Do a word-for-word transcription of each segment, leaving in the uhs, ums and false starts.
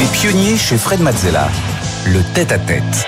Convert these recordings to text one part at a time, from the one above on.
pionniers chez Fred Mazzella. Le tête-à-tête.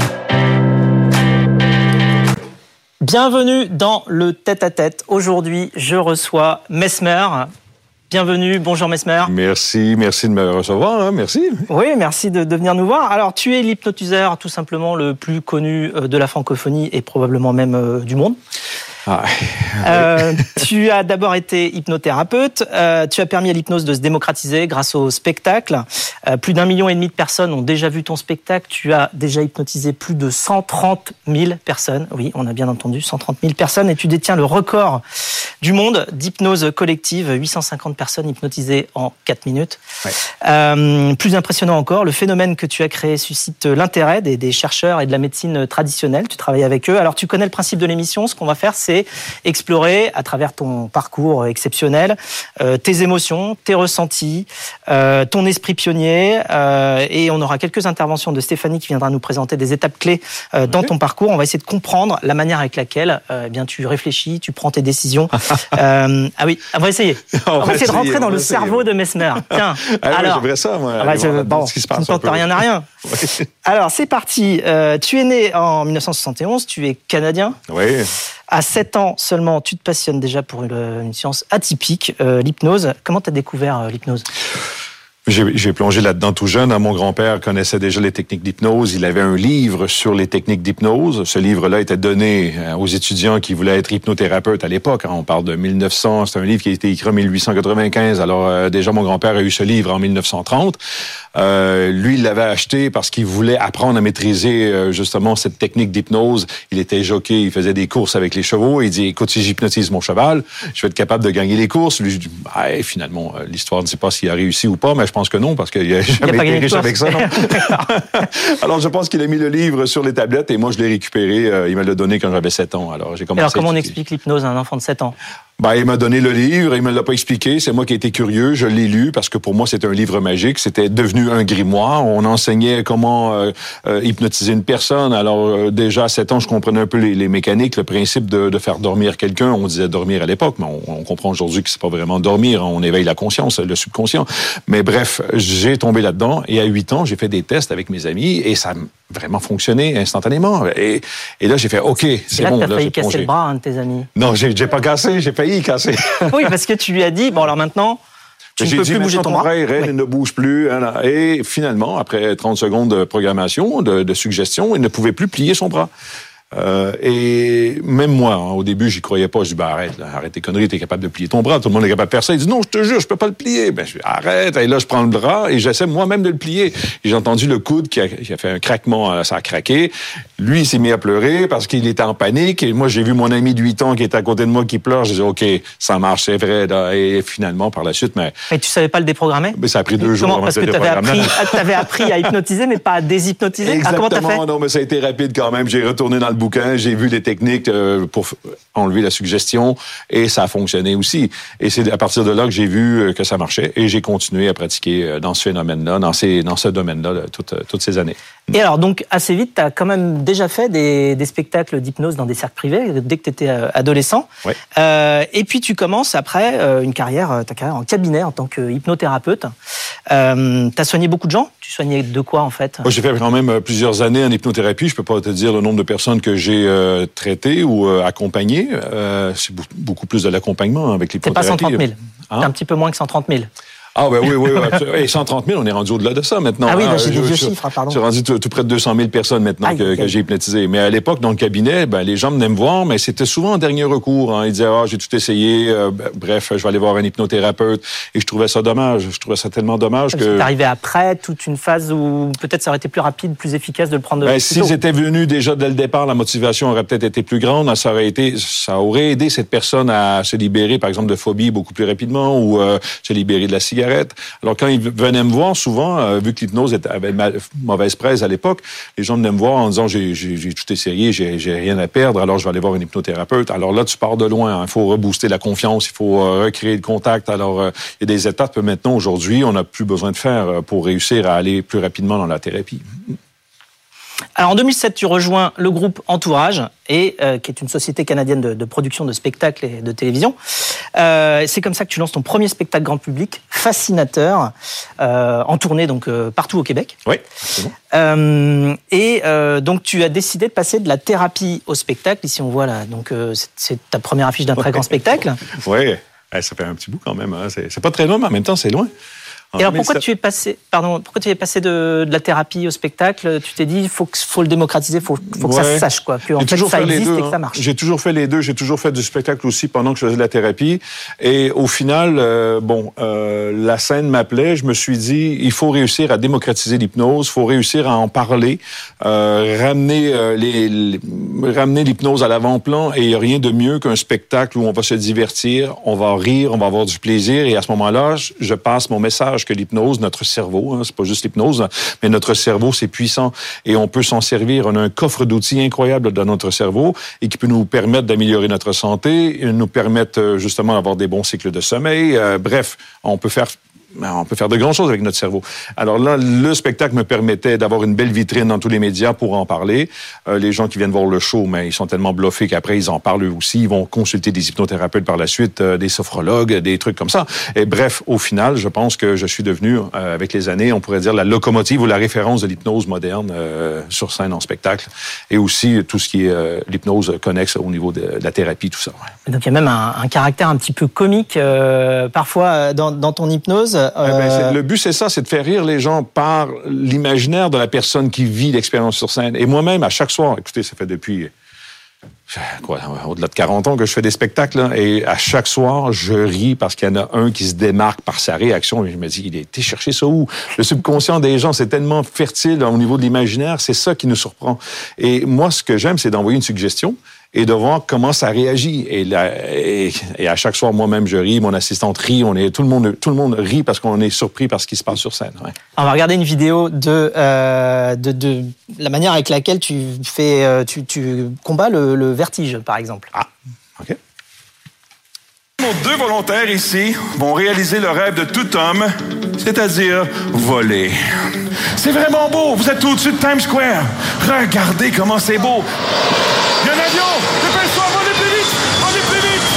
Bienvenue dans le tête-à-tête. Aujourd'hui, je reçois Mesmer. Bienvenue, bonjour Mesmer. Merci, merci de me recevoir, hein, merci. Oui, merci de, de venir nous voir. Alors, tu es l'hypnotiseur tout simplement le plus connu de la francophonie et probablement même euh, du monde. Ah, euh, tu as d'abord été hypnothérapeute, euh, tu as permis à l'hypnose de se démocratiser grâce au spectacle. Euh, plus d'un million et demi de personnes ont déjà vu ton spectacle. Tu as déjà hypnotisé plus de cent trente mille personnes. Oui, on a bien entendu, cent trente mille personnes. Et tu détiens le record du monde d'hypnose collective, huit cent cinquante personnes hypnotisées en quatre minutes. Ouais. Euh, plus impressionnant encore, le phénomène que tu as créé suscite l'intérêt des, des chercheurs et de la médecine traditionnelle. Tu travailles avec eux. Alors, tu connais le principe de l'émission. Ce qu'on va faire, c'est explorer à travers ton parcours exceptionnel euh, tes émotions, tes ressentis, euh, ton esprit pionnier euh, et on aura quelques interventions de Stéphanie qui viendra nous présenter des étapes clés euh, dans ton parcours. On va essayer de comprendre la manière avec laquelle euh, eh bien, tu réfléchis, tu prends tes décisions. euh, ah oui, on va essayer. On, on va essayer, essayer de rentrer on dans le essayer, cerveau ouais. de Mesmer. Tiens, ah alors, oui, j'aimerais ça, moi. Ah bah, je, bon, ce qui se passe tu ne portes rien à rien. Oui. Alors, c'est parti. Euh, tu es né en dix-neuf cent soixante et onze, tu es canadien. Oui. À sept ans seulement, tu te passionnes déjà pour une, une science atypique, euh, l'hypnose. Comment tu as découvert euh, l'hypnose ? J'ai, j'ai plongé là-dedans tout jeune. Mon grand-père connaissait déjà les techniques d'hypnose. Il avait un livre sur les techniques d'hypnose. Ce livre-là était donné aux étudiants qui voulaient être hypnothérapeutes à l'époque. On parle de mille neuf cents. C'est un livre qui a été écrit en mille huit cent quatre-vingt-quinze. Alors, euh, déjà, mon grand-père a eu ce livre en mille neuf cent trente. Euh, lui, il l'avait acheté parce qu'il voulait apprendre à maîtriser euh, justement cette technique d'hypnose. Il était jockey, il faisait des courses avec les chevaux. Il dit, écoute, si j'hypnotise mon cheval, je vais être capable de gagner les courses. Lui, je dis, bah, finalement, euh, l'histoire ne sait pas s'il a réussi ou pas, mais je pense que non, parce qu'il n'a jamais été riche avec ça. Non? Alors, je pense qu'il a mis le livre sur les tablettes et moi, je l'ai récupéré. Euh, il me l'a donné quand j'avais sept ans. Alors, j'ai commencé. Alors, comment on explique l'hypnose à un enfant de sept ans? Ben, il m'a donné le livre, il me l'a pas expliqué. C'est moi qui ai été curieux, je l'ai lu parce que pour moi c'était un livre magique. C'était devenu un grimoire. On enseignait comment euh, euh, hypnotiser une personne. Alors euh, déjà à sept ans, je comprenais un peu les, les mécaniques, le principe de, de faire dormir quelqu'un. On disait dormir à l'époque, mais on, on comprend aujourd'hui que c'est pas vraiment dormir. On éveille la conscience, le subconscient. Mais bref, j'ai tombé là-dedans et à huit ans, j'ai fait des tests avec mes amis et ça a vraiment fonctionné instantanément. Et, et là, j'ai fait OK, c'est là bon. Là, t'as là, failli casser le bras à un de tes amis. Non, j'ai, j'ai pas cassé, j'ai failli casser. Oui, parce que tu lui as dit, bon alors maintenant, tu ne peux plus bouger ton bras. J'ai dit, il ne bouge plus. Et finalement, après trente secondes de programmation, de, de suggestion, il ne pouvait plus plier son bras. Euh, et même moi, hein, au début, j'y croyais pas. Je dis, ben arrête, là, arrête tes conneries, t'es capable de plier ton bras. Tout le monde est capable de faire ça. Il dit, non, je te jure, je peux pas le plier. Ben, je dis, arrête. Et là, je prends le bras et j'essaie moi-même de le plier. Et j'ai entendu le coude qui a, qui a fait un craquement, ça a craqué. Lui, il s'est mis à pleurer parce qu'il était en panique. Et moi, j'ai vu mon ami de huit ans qui était à côté de moi qui pleure. J'ai dit, OK, ça marche, c'est vrai. Là. Et finalement, par la suite, mais. Mais tu savais pas le déprogrammer? Mais ça a pris deux jours. Comment? Parce que t'avais appris, t'avais appris à hypnotiser, mais pas à déshypnotiser. Exactement. Ah, comment t'as fait? Non, mais ça a été rapide quand même. J'ai retourné dans le bouquin, j'ai vu les techniques euh, pour enlever la suggestion et ça a fonctionné aussi. Et c'est à partir de là que j'ai vu que ça marchait et j'ai continué à pratiquer dans ce phénomène-là, dans, ces, dans ce domaine-là, toutes, toutes ces années. Et alors, donc, assez vite, tu as quand même déjà fait des, des spectacles d'hypnose dans des cercles privés, dès que tu étais adolescent. Ouais. Euh, et puis, tu commences après euh, une carrière, ta carrière en cabinet en tant qu'hypnothérapeute. Euh, tu as soigné beaucoup de gens. Tu soignais de quoi, en fait? Moi, j'ai fait quand même plusieurs années en hypnothérapie. Je peux pas te dire le nombre de personnes que j'ai euh, traitées ou euh, accompagnées. Euh, c'est beaucoup plus de l'accompagnement avec l'hypnothérapie. C'est pas cent trente mille. Hein? C'est un petit peu moins que cent trente mille. Ah ben oui, oui, oui. Et cent trente mille, on est rendu au-delà de ça maintenant. Ah oui, hein. bah, j'ai des vieux je, chiffres, pardon. J'ai rendu tout, tout près de deux cent mille personnes maintenant aïe, que, aïe. que j'ai hypnotisé. Mais à l'époque, dans le cabinet, ben, les gens venaient me voir, mais c'était souvent en dernier recours. Hein. Ils disaient, ah, j'ai tout essayé, euh, bref, je vais aller voir un hypnothérapeute. Et je trouvais ça dommage. Je trouvais ça tellement dommage Parce que... que t'arrivais après, toute une phase où peut-être ça aurait été plus rapide, plus efficace de le prendre. Ben, s'ils étaient venus déjà dès le départ, la motivation aurait peut-être été plus grande. Ça aurait été, ça aurait aidé cette personne à se libérer, par exemple, de phobie beaucoup plus rapidement ou euh, se libérer de la cigarette. Alors, quand ils venaient me voir, souvent, euh, vu que l'hypnose avait ma, mauvaise presse à l'époque, les gens venaient me voir en disant j'ai, j'ai, j'ai tout essayé, j'ai, j'ai rien à perdre, alors je vais aller voir un hypnothérapeute. Alors là, tu pars de loin. Il faut rebooster la confiance, il faut euh, recréer le contact. Alors, euh, il y a des étapes maintenant, aujourd'hui, on n'a plus besoin de faire pour réussir à aller plus rapidement dans la thérapie. Alors en deux mille sept, tu rejoins le groupe Entourage, et, euh, qui est une société canadienne de, de production de spectacles et de télévision. Euh, c'est comme ça que tu lances ton premier spectacle grand public, Fascinateur, euh, en tournée donc, euh, partout au Québec. Oui, c'est bon. Euh, et euh, donc tu as décidé de passer de la thérapie au spectacle. Ici on voit là, donc euh, c'est, c'est ta première affiche d'un très grand spectacle. Oui, ça fait un petit bout quand même. Hein. C'est, c'est pas très loin, mais en même temps c'est loin. Et alors pourquoi tu es passé, pardon, pourquoi tu es passé de, de la thérapie au spectacle? Tu t'es dit, il faut, faut le démocratiser, il faut, faut que ouais. ça se sache, quoi, que en fait, ça existe deux, et que ça marche. J'ai toujours fait les deux. J'ai toujours fait du spectacle aussi pendant que je faisais de la thérapie. Et au final, euh, bon, euh, la scène m'appelait. Je me suis dit, il faut réussir à démocratiser l'hypnose. Il faut réussir à en parler, euh, ramener euh, les, les, ramener l'hypnose à l'avant-plan. Et il n'y a rien de mieux qu'un spectacle où on va se divertir, on va rire, on va avoir du plaisir. Et à ce moment-là, je passe mon message que l'hypnose, notre cerveau, hein, c'est pas juste l'hypnose, mais notre cerveau, c'est puissant et on peut s'en servir. On a un coffre d'outils incroyable dans notre cerveau et qui peut nous permettre d'améliorer notre santé, nous permettre justement d'avoir des bons cycles de sommeil. Euh, bref, on peut faire on peut faire de grandes choses avec notre cerveau. Alors là, le spectacle me permettait d'avoir une belle vitrine dans tous les médias pour en parler. Euh, les gens qui viennent voir le show, mais ils sont tellement bluffés qu'après, ils en parlent eux aussi. Ils vont consulter des hypnothérapeutes par la suite, euh, des sophrologues, des trucs comme ça. Et bref, au final, je pense que je suis devenu, euh, avec les années, on pourrait dire la locomotive ou la référence de l'hypnose moderne euh, sur scène en spectacle. Et aussi tout ce qui est euh, l'hypnose connexe au niveau de, de la thérapie, tout ça. Ouais. Donc il y a même un, un caractère un petit peu comique euh, parfois dans, dans ton hypnose. Euh... Eh ben, c'est, le but, c'est ça, c'est de faire rire les gens par l'imaginaire de la personne qui vit l'expérience sur scène. Et moi-même, à chaque soir, écoutez, ça fait depuis quoi, au-delà de quarante ans que je fais des spectacles, là, et à chaque soir, je ris parce qu'il y en a un qui se démarque par sa réaction. Et je me dis, il a été chercher ça où? Le subconscient des gens, c'est tellement fertile au niveau de l'imaginaire, c'est ça qui nous surprend. Et moi, ce que j'aime, c'est d'envoyer une suggestion et de voir comment ça réagit. Et, là, et, et à chaque soir, moi-même, je ris, mon assistante rit, on est, tout, le monde, tout le monde rit parce qu'on est surpris par ce qui se passe sur scène. Ouais. On va regarder une vidéo de, euh, de, de la manière avec laquelle tu, fais, tu, tu combats le, le vertige, par exemple. Ah, OK. Nos deux volontaires ici vont réaliser le rêve de tout homme, c'est-à-dire voler. C'est vraiment beau, vous êtes au-dessus de Times Square. Regardez comment c'est beau. Il y a un avion! Dépêche-toi, on est plus vite! On est plus vite!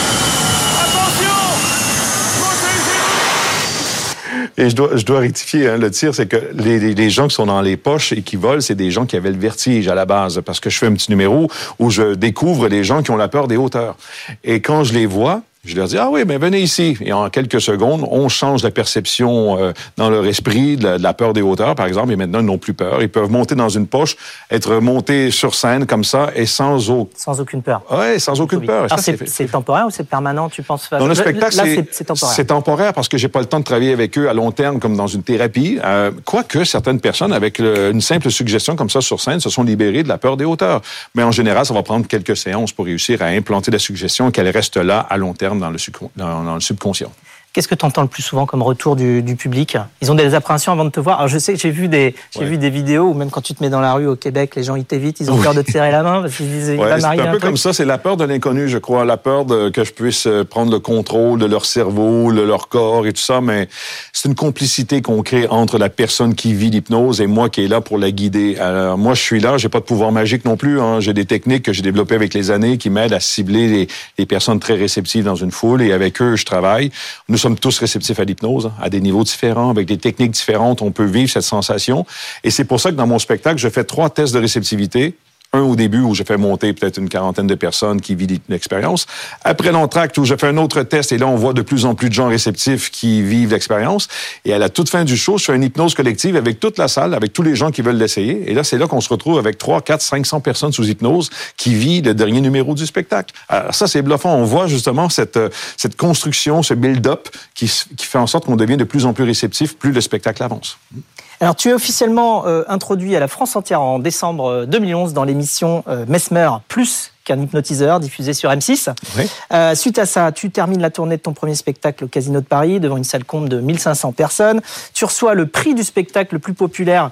Attention! Et je dois, je dois rectifier hein, le tir, c'est que les, les, les gens qui sont dans les poches et qui volent, c'est des gens qui avaient le vertige à la base. Parce que je fais un petit numéro où je découvre les gens qui ont la peur des hauteurs. Et quand je les vois, je leur dis, ah oui, mais venez ici. Et en quelques secondes, on change la perception euh, dans leur esprit de la, de la peur des hauteurs, par exemple, et maintenant, ils n'ont plus peur. Ils peuvent monter dans une poche, être montés sur scène comme ça, et sans, au... sans aucune peur. Oui, sans aucune peur. Alors, ça, c'est, c'est, c'est temporaire ou c'est permanent, tu penses? Dans le spectacle, là, c'est, c'est, c'est temporaire. C'est temporaire parce que j'ai pas le temps de travailler avec eux à long terme, comme dans une thérapie. Euh, quoique, certaines personnes, avec le, une simple suggestion comme ça sur scène, se sont libérées de la peur des hauteurs. Mais en général, ça va prendre quelques séances pour réussir à implanter la suggestion qu'elle reste là à long terme dans le sucre. Dans dans le subconscient. Qu'est-ce que tu entends le plus souvent comme retour du, du public? Ils ont des appréhensions avant de te voir. Alors je sais que j'ai vu des, j'ai ouais. vu des vidéos où même quand tu te mets dans la rue au Québec, les gens ils t'évitent, ils ont oui. peur de te serrer la main parce qu'ils disent il ouais, va m'arriver un, un peu truc. Comme ça, c'est la peur de l'inconnu, je crois, la peur de que je puisse prendre le contrôle de leur cerveau, de leur corps et tout ça. Mais c'est une complicité qu'on crée entre la personne qui vit l'hypnose et moi qui est là pour la guider. Alors moi, je suis là, j'ai pas de pouvoir magique non plus. Hein. J'ai des techniques que j'ai développées avec les années qui m'aident à cibler les, les personnes très réceptives dans une foule et avec eux, je travaille. Nous sommes tous réceptifs à l'hypnose, à des niveaux différents, avec des techniques différentes, on peut vivre cette sensation. Et c'est pour ça que dans mon spectacle, je fais trois tests de réceptivité. Un au début où je fais monter peut-être une quarantaine de personnes qui vivent l'expérience. Après l'entracte où je fais un autre test et là on voit de plus en plus de gens réceptifs qui vivent l'expérience. Et à la toute fin du show, je fais une hypnose collective avec toute la salle, avec tous les gens qui veulent l'essayer. Et là c'est là qu'on se retrouve avec trois, quatre, cinq cents personnes sous hypnose qui vivent le dernier numéro du spectacle. Alors ça c'est bluffant. On voit justement cette cette construction, ce build-up qui qui fait en sorte qu'on devient de plus en plus réceptif plus le spectacle avance. Alors, tu es officiellement euh, introduit à la France entière en décembre deux mille onze dans l'émission euh, Mesmer plus qu'un hypnotiseur diffusée sur M six. Oui. Euh, suite à ça, tu termines la tournée de ton premier spectacle au Casino de Paris devant une salle comble de mille cinq cents personnes. Tu reçois le prix du spectacle le plus populaire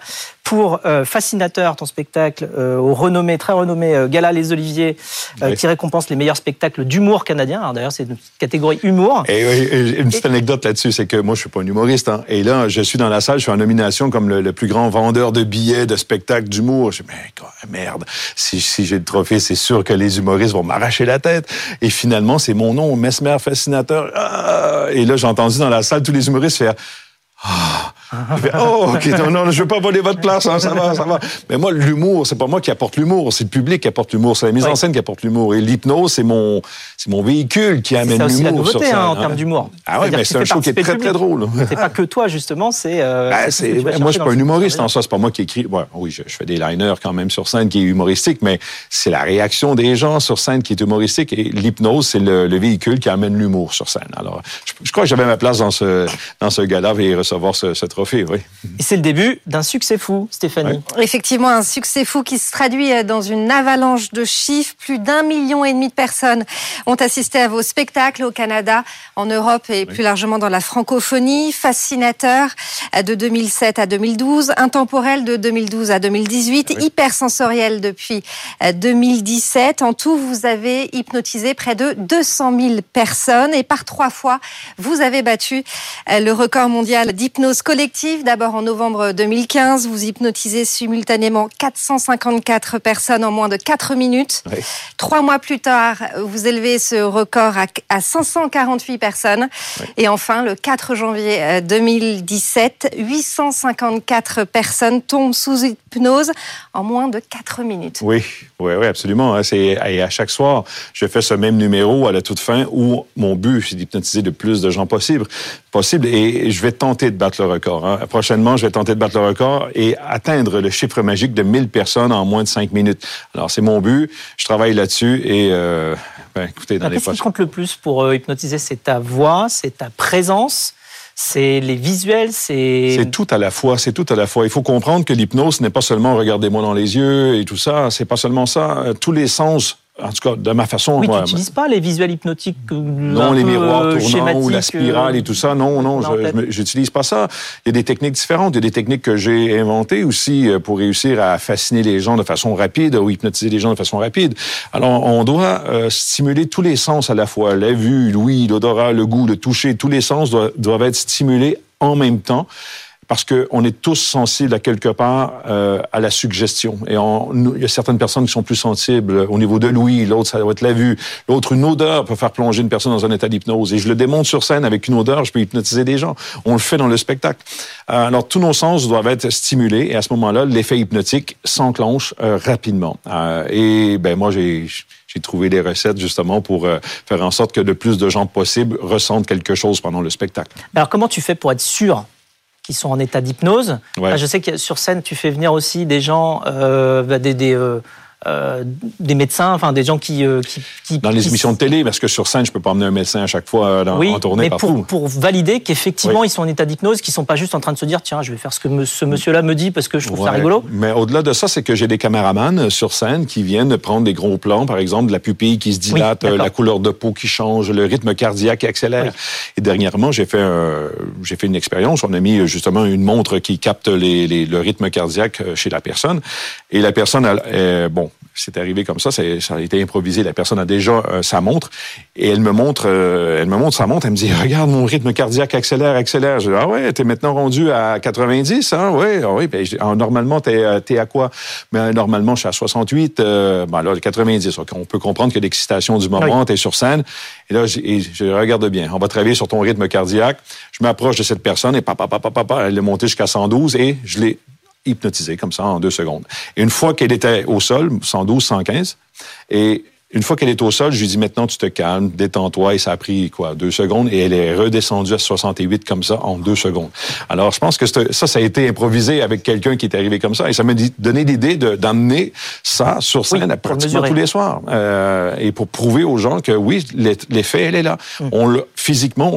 pour euh, Fascinateur, ton spectacle euh, au renommé, très renommé euh, Gala Les Oliviers, euh, oui. qui récompense les meilleurs spectacles d'humour canadien. Alors d'ailleurs, c'est une catégorie humour. Et, et une petite et... anecdote là-dessus, c'est que moi, je suis pas un humoriste. Hein, et là, je suis dans la salle, je suis en nomination comme le, le plus grand vendeur de billets de spectacles d'humour. Je dis, mais quoi, merde, si, si j'ai le trophée, c'est sûr que les humoristes vont m'arracher la tête. Et finalement, c'est mon nom, Mesmer Fascinateur. Ah! Et là, j'ai entendu dans la salle tous les humoristes faire... Ah. Je fais, oh, OK, non, non, je veux pas voler votre place, hein, ça va, ça va. Mais moi, l'humour, c'est pas moi qui apporte l'humour, c'est le public qui apporte l'humour, c'est la mise oui. en scène qui apporte l'humour. Et l'hypnose, c'est mon, c'est mon véhicule qui amène l'humour. C'est ça aussi la nouveauté, sur scène, hein, en termes d'humour. Ah oui, mais c'est un show qui est très, très drôle. C'est pas que toi, justement, c'est... Euh, ben, c'est moi, je suis pas un humoriste en soi, c'est pas moi qui écris. Ouais, oui, je, je fais des liners quand même sur scène qui est humoristique, mais c'est la réaction des gens sur scène qui est humoristique. Et l'hypnose, c'est le, le véhicule qui amène l'humour sur scène. Alors, je, je crois que j'avais ma place dans ce, dans ce gala et recevoir ce, ce trophée, oui. Et c'est le début d'un succès fou, Stéphanie. Oui. Effectivement, un succès fou qui se traduit dans une avalanche de chiffres. Plus d'un million et demi de personnes ont assisté à vos spectacles au Canada, en Europe et oui. plus largement dans la francophonie. Fascinateur de deux mille sept à deux mille douze, Intemporel de deux mille douze à deux mille dix-huit, oui. Hypersensoriel depuis deux mille dix-sept. En tout, vous avez hypnotisé près de deux cent mille personnes et par trois fois, vous avez battu le record mondial d'hypnose collective. D'abord en novembre deux mille quinze, vous hypnotisez simultanément quatre cent cinquante-quatre personnes en moins de quatre minutes. Oui. Trois mois plus tard, vous élevez ce record à, à cinq cent quarante-huit personnes. Oui. Et enfin, le quatre janvier deux mille dix-sept, huit cent cinquante-quatre personnes tombent sous hypnose en moins de quatre minutes. Oui, oui, oui, absolument. C'est, et à chaque soir, je fais ce même numéro à la toute fin où mon but, c'est d'hypnotiser le plus de gens possible. possible et je vais tenter de battre le record. Hein. Prochainement, je vais tenter de battre le record et atteindre le chiffre magique de mille personnes en moins de cinq minutes. Alors, c'est mon but. Je travaille là-dessus et, euh, ben, écoutez, dans Alors, les qu'est-ce prochains... qui compte le plus pour euh, hypnotiser? C'est ta voix, c'est ta présence, c'est les visuels, c'est... C'est tout à la fois, c'est tout à la fois. Il faut comprendre que l'hypnose n'est pas seulement « regardez-moi dans les yeux » et tout ça, c'est pas seulement ça. Tous les sens... En tout cas, de ma façon... Oui, moi, tu n'utilises pas les visuels hypnotiques non, les miroirs tournants ou la spirale et tout ça. Non, non, je n'utilise pas ça. Il y a des techniques différentes. Il y a des techniques que j'ai inventées aussi pour réussir à fasciner les gens de façon rapide ou hypnotiser les gens de façon rapide. Alors, on doit euh, stimuler tous les sens à la fois. La vue, l'ouïe, l'odorat, le goût, le toucher. Tous les sens doivent, doivent être stimulés en même temps. Parce qu'on est tous sensibles à quelque part euh, à la suggestion. Et on, nous, il y a certaines personnes qui sont plus sensibles au niveau de l'ouïe, l'autre, ça doit être la vue. L'autre, une odeur peut faire plonger une personne dans un état d'hypnose. Et je le démontre sur scène avec une odeur, je peux hypnotiser des gens. On le fait dans le spectacle. Euh, alors, tous nos sens doivent être stimulés. Et à ce moment-là, l'effet hypnotique s'enclenche euh, rapidement. Euh, et ben moi, j'ai... J'ai trouvé des recettes justement pour euh, faire en sorte que le plus de gens possible ressentent quelque chose pendant le spectacle. Alors, comment tu fais pour être sûr qui sont en état d'hypnose? Ouais. Je sais que sur scène, tu fais venir aussi des gens, euh, des, des, euh, euh, des médecins, enfin des gens qui, euh, qui, qui dans les qui... émissions de télé, parce que sur scène, je peux pas emmener un médecin à chaque fois dans, oui, en tournée mais partout. Pour, pour valider qu'effectivement oui. ils sont en état d'hypnose, qu'ils sont pas juste en train de se dire tiens, je vais faire ce que me, ce monsieur-là me dit parce que je trouve ouais. ça rigolo. Mais au-delà de ça, c'est que j'ai des caméramans sur scène qui viennent prendre des gros plans, par exemple de la pupille qui se dilate, oui, la couleur de peau qui change, le rythme cardiaque qui accélère. Oui. Et dernièrement, j'ai fait un, j'ai fait une expérience. On a mis justement une montre qui capte les, les, le rythme cardiaque chez la personne. Et la personne, elle, elle, bon, c'est arrivé comme ça, ça a été improvisé. La personne a déjà euh, sa montre et elle me montre, euh, elle me montre sa montre. Elle me dit, regarde, mon rythme cardiaque accélère, accélère. Je dis, ah ouais, t'es maintenant rendu à quatre-vingt-dix, hein, oui, ah oui. Puis, ah, normalement, t'es, t'es à quoi? Mais normalement, je suis à soixante-huit. Euh, ben là, quatre-vingt-dix. Okay. On peut comprendre que l'excitation du moment, oui. T'es sur scène. Et là, je, et je regarde bien. On va travailler sur ton rythme cardiaque. Je m'approche de cette personne et papa, papa, papa, elle est montée jusqu'à cent douze et je l'ai hypnotisé comme ça en deux secondes. Et une fois qu'elle était au sol, cent douze, cent quinze, et une fois qu'elle est au sol, je lui dis maintenant tu te calmes, détends-toi, et ça a pris quoi, deux secondes, et elle est redescendue à soixante-huit comme ça en deux secondes. Alors je pense que ça, ça a été improvisé avec quelqu'un qui est arrivé comme ça, et ça m'a donné l'idée de, d'emmener ça sur scène oui, pratiquement tous les soirs, euh, et pour prouver aux gens que oui, l'effet elle est là, hum. on le, physiquement on le sent.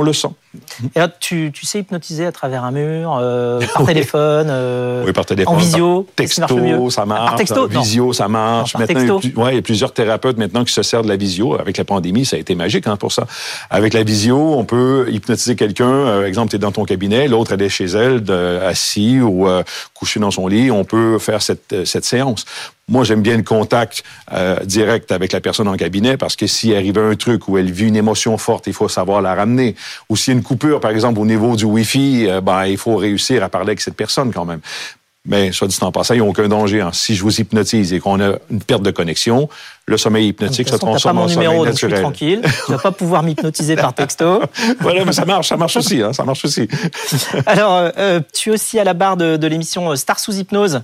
Et là, tu, tu sais hypnotiser à travers un mur, euh, par téléphone, euh, oui, par téléphone, en visio, texto, ça marche mieux. ça marche. Par texto, visio, non. ça marche. Non, par maintenant, texto. il y, a, ouais, il y a plusieurs thérapeutes maintenant qui se servent de la visio. Avec la pandémie, ça a été magique hein, pour ça. Avec la visio, on peut hypnotiser quelqu'un. Euh, exemple, tu es dans ton cabinet, l'autre elle est chez elle, de, assis ou euh, couché dans son lit. On peut faire cette, cette séance. Moi, j'aime bien le contact euh, direct avec la personne en cabinet parce que s'il arrive un truc où elle vit une émotion forte, il faut savoir la ramener. Ou s'il y a une coupure, par exemple, au niveau du Wi-Fi, euh, ben, il faut réussir à parler avec cette personne quand même. Mais, soit dit en passant, il n'y a aucun danger. Hein. Si je vous hypnotise et qu'on a une perte de connexion, le sommeil hypnotique se transforme en sommeil numéro, naturel. Donc je suis tranquille. Tu vas pas pouvoir m'hypnotiser par texto. Voilà, mais ça marche, ça marche aussi, hein, ça marche aussi. Alors, euh, tu es aussi à la barre de, de l'émission Stars sous hypnose,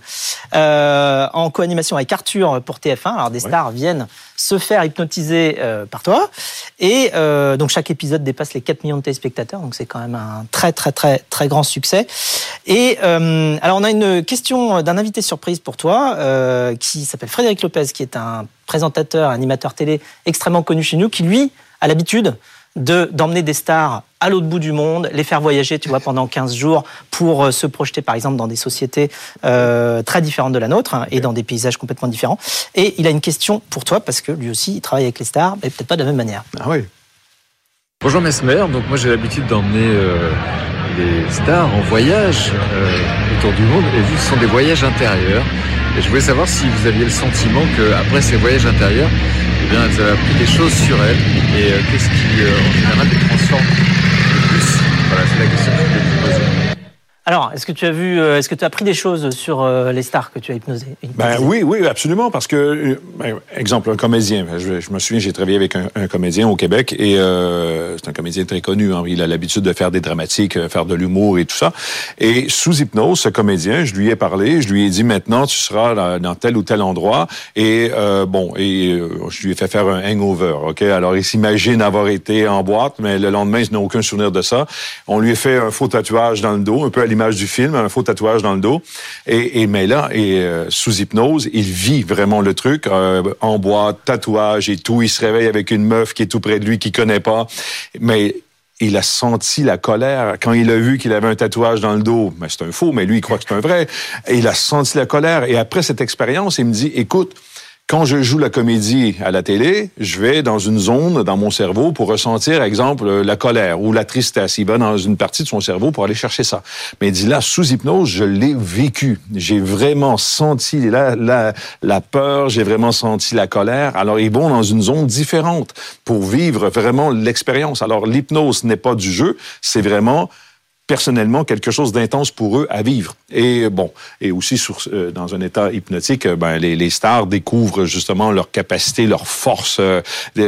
euh, en co-animation avec Arthur pour T F un. Alors, des stars ouais. viennent se faire hypnotiser euh, par toi. Et euh, donc, chaque épisode dépasse les quatre millions de téléspectateurs. Donc, c'est quand même un très, très, très, très grand succès. Et euh, alors, on a une question d'un invité surprise pour toi, euh, qui s'appelle Frédéric Lopez, qui est un présentateur, animateur télé extrêmement connu chez nous, qui, lui, a l'habitude de, d'emmener des stars à l'autre bout du monde, les faire voyager, tu vois, pendant quinze jours pour euh, se projeter, par exemple, dans des sociétés euh, très différentes de la nôtre hein, et dans des paysages complètement différents. Et il a une question pour toi, parce que lui aussi, il travaille avec les stars, mais peut-être pas de la même manière. Ah oui. Bonjour Mesmer, donc moi j'ai l'habitude d'emmener euh, les stars en voyage euh, autour du monde, et vu que ce sont des voyages intérieurs, et je voulais savoir si vous aviez le sentiment qu'après ces voyages intérieurs, eh bien, elles avaient appris des choses sur elles, et euh, qu'est-ce qui, euh, en général, les transforme le plus. Voilà, c'est la question que je voulais vous poser. Alors, est-ce que tu as vu, euh, est-ce que tu as appris des choses sur euh, les stars que tu as hypnosées? Ben oui, oui, absolument, parce que, ben, exemple, un comédien. Je, je me souviens, j'ai travaillé avec un, un comédien au Québec et euh, c'est un comédien très connu. Hein, il a l'habitude de faire des dramatiques, faire de l'humour et tout ça. Et sous hypnose, ce comédien, je lui ai parlé, je lui ai dit maintenant, tu seras dans, dans tel ou tel endroit. Et euh, bon, et euh, je lui ai fait faire un hangover. Ok, alors il s'imagine avoir été en boîte, mais le lendemain, il n'a aucun souvenir de ça. On lui a fait un faux tatouage dans le dos, un peu à l'image du film, un faux tatouage dans le dos. Et, et mais là, et euh, sous hypnose, il vit vraiment le truc euh, en boîte, tatouage et tout. Il se réveille avec une meuf qui est tout près de lui, qu'il connaît pas. Mais il a senti la colère quand il a vu qu'il avait un tatouage dans le dos. Mais c'est un faux, mais lui, il croit que c'est un vrai. Et il a senti la colère. Et après cette expérience, il me dit, écoute, quand je joue la comédie à la télé, je vais dans une zone dans mon cerveau pour ressentir, exemple, la colère ou la tristesse. Il va dans une partie de son cerveau pour aller chercher ça. Mais il dit là, sous hypnose, je l'ai vécu. J'ai vraiment senti la, la, la peur, j'ai vraiment senti la colère. Alors, ils vont dans une zone différente pour vivre vraiment l'expérience. Alors, l'hypnose n'est pas du jeu, c'est vraiment personnellement quelque chose d'intense pour eux à vivre. Et bon, et aussi sur, euh, dans un état hypnotique, ben les, les stars découvrent justement leur capacité, leur force euh,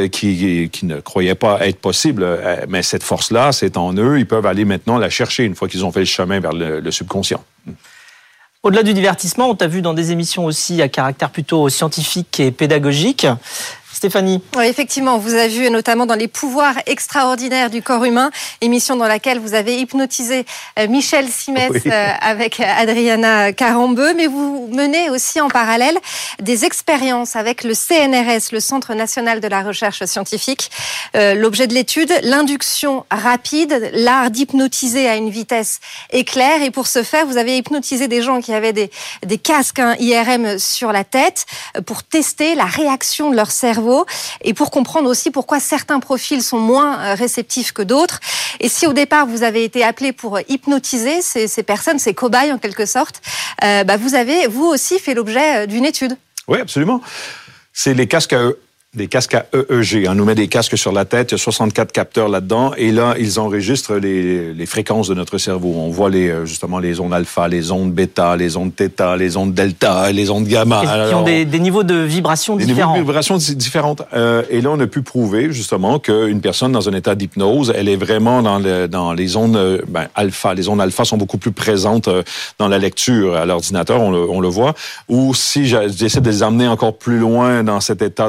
qui, qui ne croyaient pas être possible. Euh, mais cette force-là, c'est en eux. Ils peuvent aller maintenant la chercher une fois qu'ils ont fait le chemin vers le, le subconscient. Au-delà du divertissement, on t'a vu dans des émissions aussi à caractère plutôt scientifique et pédagogique. Stéphanie. Oui, effectivement, vous avez vu notamment dans Les pouvoirs extraordinaires du corps humain, émission dans laquelle vous avez hypnotisé Michel Simès oui. avec Adriana Carambeu, mais vous menez aussi en parallèle des expériences avec le C N R S, le Centre national de la recherche scientifique. Euh, l'objet de l'étude, l'induction rapide, l'art d'hypnotiser à une vitesse éclair. Et pour ce faire, vous avez hypnotisé des gens qui avaient des, des casques hein, I R M sur la tête pour tester la réaction de leur cerveau et pour comprendre aussi pourquoi certains profils sont moins réceptifs que d'autres. Et si au départ vous avez été appelé pour hypnotiser ces, ces personnes, ces cobayes en quelque sorte, euh, bah vous avez vous aussi fait l'objet d'une étude. Oui, absolument. C'est les casques à Des casques à E E G. On nous met des casques sur la tête, il y a soixante-quatre capteurs là-dedans, et là, ils enregistrent les, les fréquences de notre cerveau. On voit les, justement les ondes alpha, les ondes bêta, les ondes theta, les ondes delta, les ondes gamma. Et qui Alors, ont des, des niveaux de vibration des différents. Des niveaux de vibration différentes. Euh, et là, on a pu prouver, justement, qu'une personne dans un état d'hypnose, elle est vraiment dans, le, dans les ondes ben, alpha. Les ondes alpha sont beaucoup plus présentes dans la lecture à l'ordinateur, on le, on le voit. Ou si j'essaie de les amener encore plus loin dans cet état de relaxation,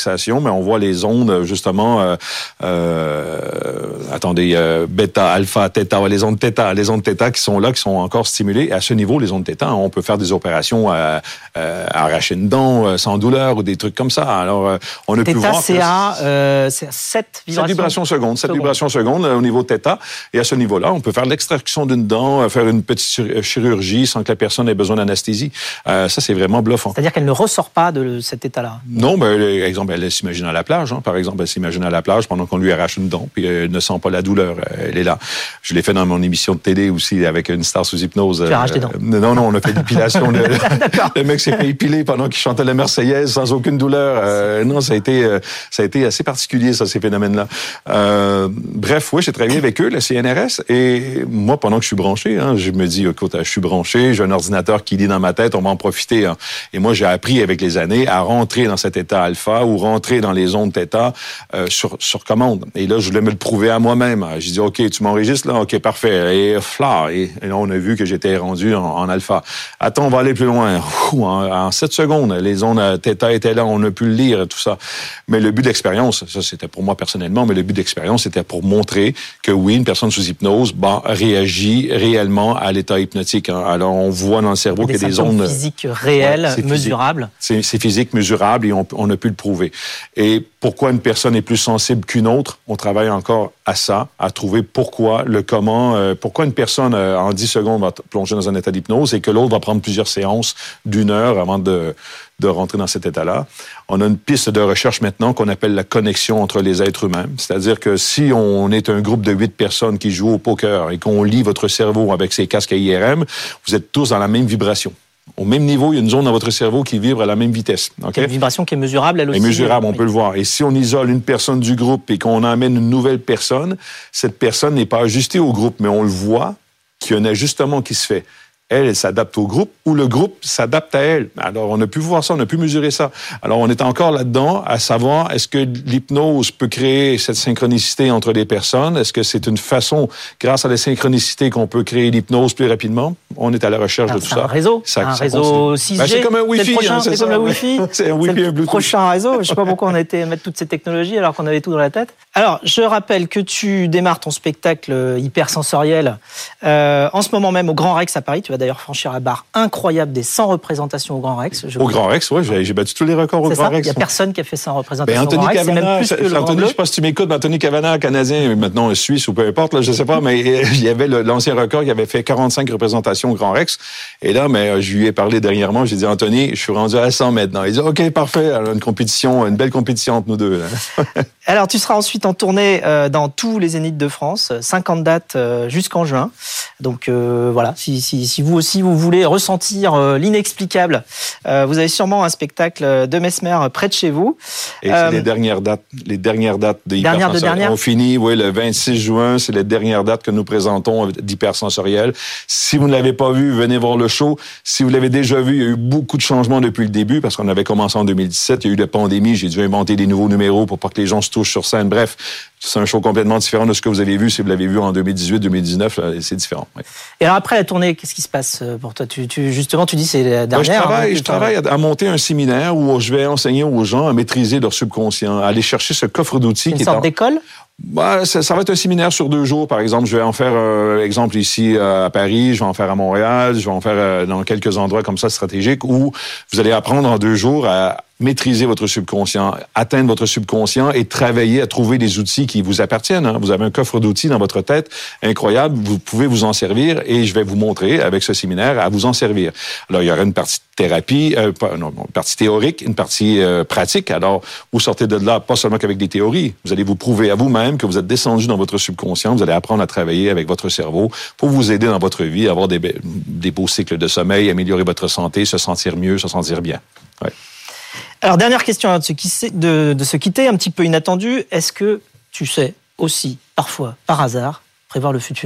conversation, mais on voit les ondes, justement, euh, euh, attendez, euh, bêta, alpha, theta, les ondes theta, les ondes theta qui sont là, qui sont encore stimulées. Et à ce niveau, les ondes theta, on peut faire des opérations à, à arracher une dent sans douleur ou des trucs comme ça. Alors, on a pu voir... Theta, c'est à, euh, c'est à sept vibrations, sept vibrations secondes. sept vibrations secondes au niveau theta. Et à ce niveau-là, on peut faire l'extraction d'une dent, faire une petite chirurgie sans que la personne ait besoin d'anesthésie. Euh, ça, c'est vraiment bluffant. C'est-à-dire qu'elle ne ressort pas de cet état-là? Non, ben, par exemple, elle s'imagine à la plage. Hein. Par exemple, elle s'imagine à la plage pendant qu'on lui arrache une dent, puis elle ne sent pas la douleur. Elle est là. Je l'ai fait dans mon émission de télé aussi avec une star sous hypnose. Tu arraches des dents? Non, non, on a fait l'épilation. le, le mec s'est fait épiler pendant qu'il chantait la Marseillaise sans aucune douleur. Euh, non, ça a été, ça a été assez particulier, ça, ces phénomènes-là. Euh, bref, oui, j'ai travaillé avec eux, le C N R S, et moi, pendant que je suis branché, hein, je me dis, écoute, je suis branché, j'ai un ordinateur qui lit dans ma tête, on va en profiter. Hein. Et moi, j'ai appris avec les années à rentrer dans cet état alpha ou rentrer dans les ondes theta euh, sur, sur commande. Et là, je voulais me le prouver à moi-même. J'ai dit, OK, tu m'enregistres là? OK, parfait. Et fla, et, et là, on a vu que j'étais rendu en, en alpha. Attends, on va aller plus loin. Ouh, en, en sept secondes, les ondes theta étaient là, on a pu le lire, tout ça. Mais le but de l'expérience, ça, c'était pour moi personnellement, mais le but d'expérience, c'était pour montrer que oui, une personne sous hypnose, ben, réagit réellement à l'état hypnotique. Hein. Alors, on voit dans le cerveau qu'il y a des ondes physiques réelles, ouais, mesurables. C'est, c'est physique, mesurable, et on, on a pu le prouver. Et pourquoi une personne est plus sensible qu'une autre? On travaille encore à ça, à trouver pourquoi, le comment, euh, pourquoi une personne euh, en dix secondes va plonger dans un état d'hypnose et que l'autre va prendre plusieurs séances d'une heure avant de, de rentrer dans cet état-là. On a une piste de recherche maintenant qu'on appelle la connexion entre les êtres humains. C'est-à-dire que si on est un groupe de huit personnes qui jouent au poker et qu'on lit votre cerveau avec ces casques à I R M, vous êtes tous dans la même vibration. Au même niveau, il y a une zone dans votre cerveau qui vibre à la même vitesse. Okay? C'est une vibration qui est mesurable, elle aussi. Elle est mesurable, on oui. peut le voir. Et si on isole une personne du groupe et qu'on emmène une nouvelle personne, cette personne n'est pas ajustée au groupe, mais on le voit qu'il y a un ajustement qui se fait. Elle, elle s'adapte au groupe ou le groupe s'adapte à elle. Alors, on a pu voir ça, on a pu mesurer ça. Alors, on est encore là-dedans à savoir, est-ce que l'hypnose peut créer cette synchronicité entre les personnes? Est-ce que c'est une façon, grâce à la synchronicité, qu'on peut créer l'hypnose plus rapidement? On est à la recherche Alors, de tout c'est ça. Un réseau, ça, un ça réseau six G. Ben, c'est comme un Wi-Fi. C'est, prochain, hein, c'est, c'est ça, comme un Wi-Fi. C'est un Wi-Fi, c'est un Bluetooth. Prochain réseau. Je ne sais pas pourquoi on a été mettre toutes ces technologies alors qu'on avait tout dans la tête. Alors, je rappelle que tu démarres ton spectacle hypersensoriel euh, en ce moment même au Grand Rex à Paris. Tu vas d'ailleurs franchir la barre incroyable des cent représentations au Grand Rex. Au Grand Rex, oui, j'ai, j'ai battu tous les records au c'est Grand ça? Rex. Il n'y a personne qui a fait cent représentations ben, Anthony au Grand Rex. Cavana, c'est même plus que le Anthony, Grand Bleu. je sais pas si tu m'écoutes, mais Anthony Cavana, Canadien, maintenant Suisse ou peu importe, là, je sais pas, mais il y avait le, l'ancien record qui avait fait quarante-cinq représentations au Grand Rex. Et là, mais je lui ai parlé dernièrement, j'ai dit, Anthony, je suis rendu à cent maintenant. Il dit, OK, parfait, alors une compétition, une belle compétition entre nous deux. Alors, tu seras ensuite en tournée euh, dans tous les Zéniths de France, cinquante dates euh, jusqu'en juin. Donc euh, voilà, si, si, si vous aussi vous voulez ressentir euh, l'inexplicable, euh, vous avez sûrement un spectacle de Mesmer près de chez vous. Et euh, c'est les dernières dates, les dernières dates de dernière de dernière. On finit, oui, le vingt-six juin, c'est les dernières dates que nous présentons d'hypersensoriel. Si vous ne l'avez pas vu, venez voir le show. Si vous l'avez déjà vu, il y a eu beaucoup de changements depuis le début parce qu'on avait commencé en deux mille dix-sept, il y a eu la pandémie, j'ai dû inventer des nouveaux numéros pour pas que les gens se touchent sur scène. Bref, c'est un show complètement différent de ce que vous avez vu. Si vous l'avez vu en deux mille dix-huit, deux mille dix-neuf, c'est différent. Oui. Et alors après la tournée, qu'est-ce qui se passe pour toi? tu, tu, Justement, tu dis c'est la dernière. Ouais, je travaille, hein, je travaille à, à monter un séminaire où je vais enseigner aux gens à maîtriser leur subconscient, à aller chercher ce coffre d'outils. Une qui sorte est en... d'école? Bah, ça, ça va être un séminaire sur deux jours, par exemple. Je vais en faire, euh, exemple, ici euh, à Paris, je vais en faire à Montréal, je vais en faire euh, dans quelques endroits comme ça stratégiques où vous allez apprendre en deux jours à maîtriser votre subconscient, atteindre votre subconscient et travailler à trouver des outils qui vous appartiennent. Hein. Vous avez un coffre d'outils dans votre tête incroyable, vous pouvez vous en servir et je vais vous montrer avec ce séminaire à vous en servir. Alors, il y aura une partie de thérapie, euh, pas, non, une partie théorique, une partie euh, pratique. Alors, vous sortez de là pas seulement qu'avec des théories, vous allez vous prouver à vous-même que vous êtes descendu dans votre subconscient, vous allez apprendre à travailler avec votre cerveau pour vous aider dans votre vie, avoir des, des beaux cycles de sommeil, améliorer votre santé, se sentir mieux, se sentir bien. Ouais. Alors, dernière question de se, quitter, de, de se quitter, un petit peu inattendue. Est-ce que tu sais aussi, parfois, par hasard, prévoir le futur?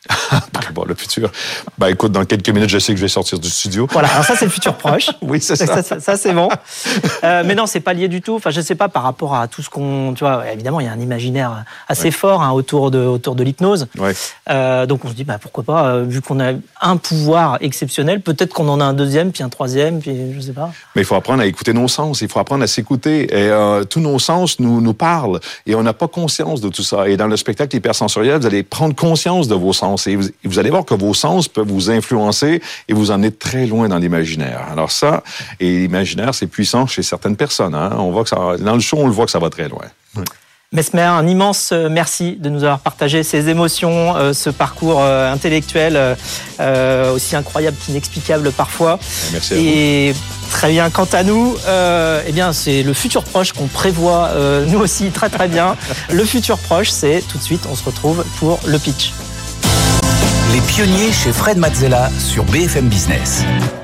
Bon, le futur. Ben, écoute, dans quelques minutes, je sais que je vais sortir du studio. Voilà, alors ça, c'est le futur proche. Oui, c'est ça. Ça, ça, ça c'est bon. Euh, mais non, c'est pas lié du tout. Enfin, je sais pas, par rapport à tout ce qu'on... Tu vois, évidemment, il y a un imaginaire assez ouais. fort hein, autour de, autour de l'hypnose. Ouais. Euh, donc, on se dit, bah, pourquoi pas, euh, vu qu'on a un pouvoir exceptionnel, peut-être qu'on en a un deuxième, puis un troisième, puis je sais pas. Mais il faut apprendre à écouter nos sens. Il faut apprendre à s'écouter. Et euh, tous nos sens nous, nous parlent. Et on n'a pas conscience de tout ça. Et dans le spectacle hypersensoriel, vous allez prendre conscience de vos sens. Et vous, vous allez voir que vos sens peuvent vous influencer et vous emmener très loin dans l'imaginaire. Alors ça, et l'imaginaire, c'est puissant chez certaines personnes. Hein. On voit que ça, dans le show, on le voit que ça va très loin. Ouais. Mesmer, un immense merci de nous avoir partagé ces émotions, euh, ce parcours euh, intellectuel euh, aussi incroyable qu'inexplicable parfois. Merci à Et vous. Très bien. Quant à nous, euh, eh bien, c'est le futur proche qu'on prévoit euh, nous aussi très très bien. Le futur proche, c'est tout de suite, on se retrouve pour le pitch. Les pionniers chez Fred Mazzella sur B F M Business.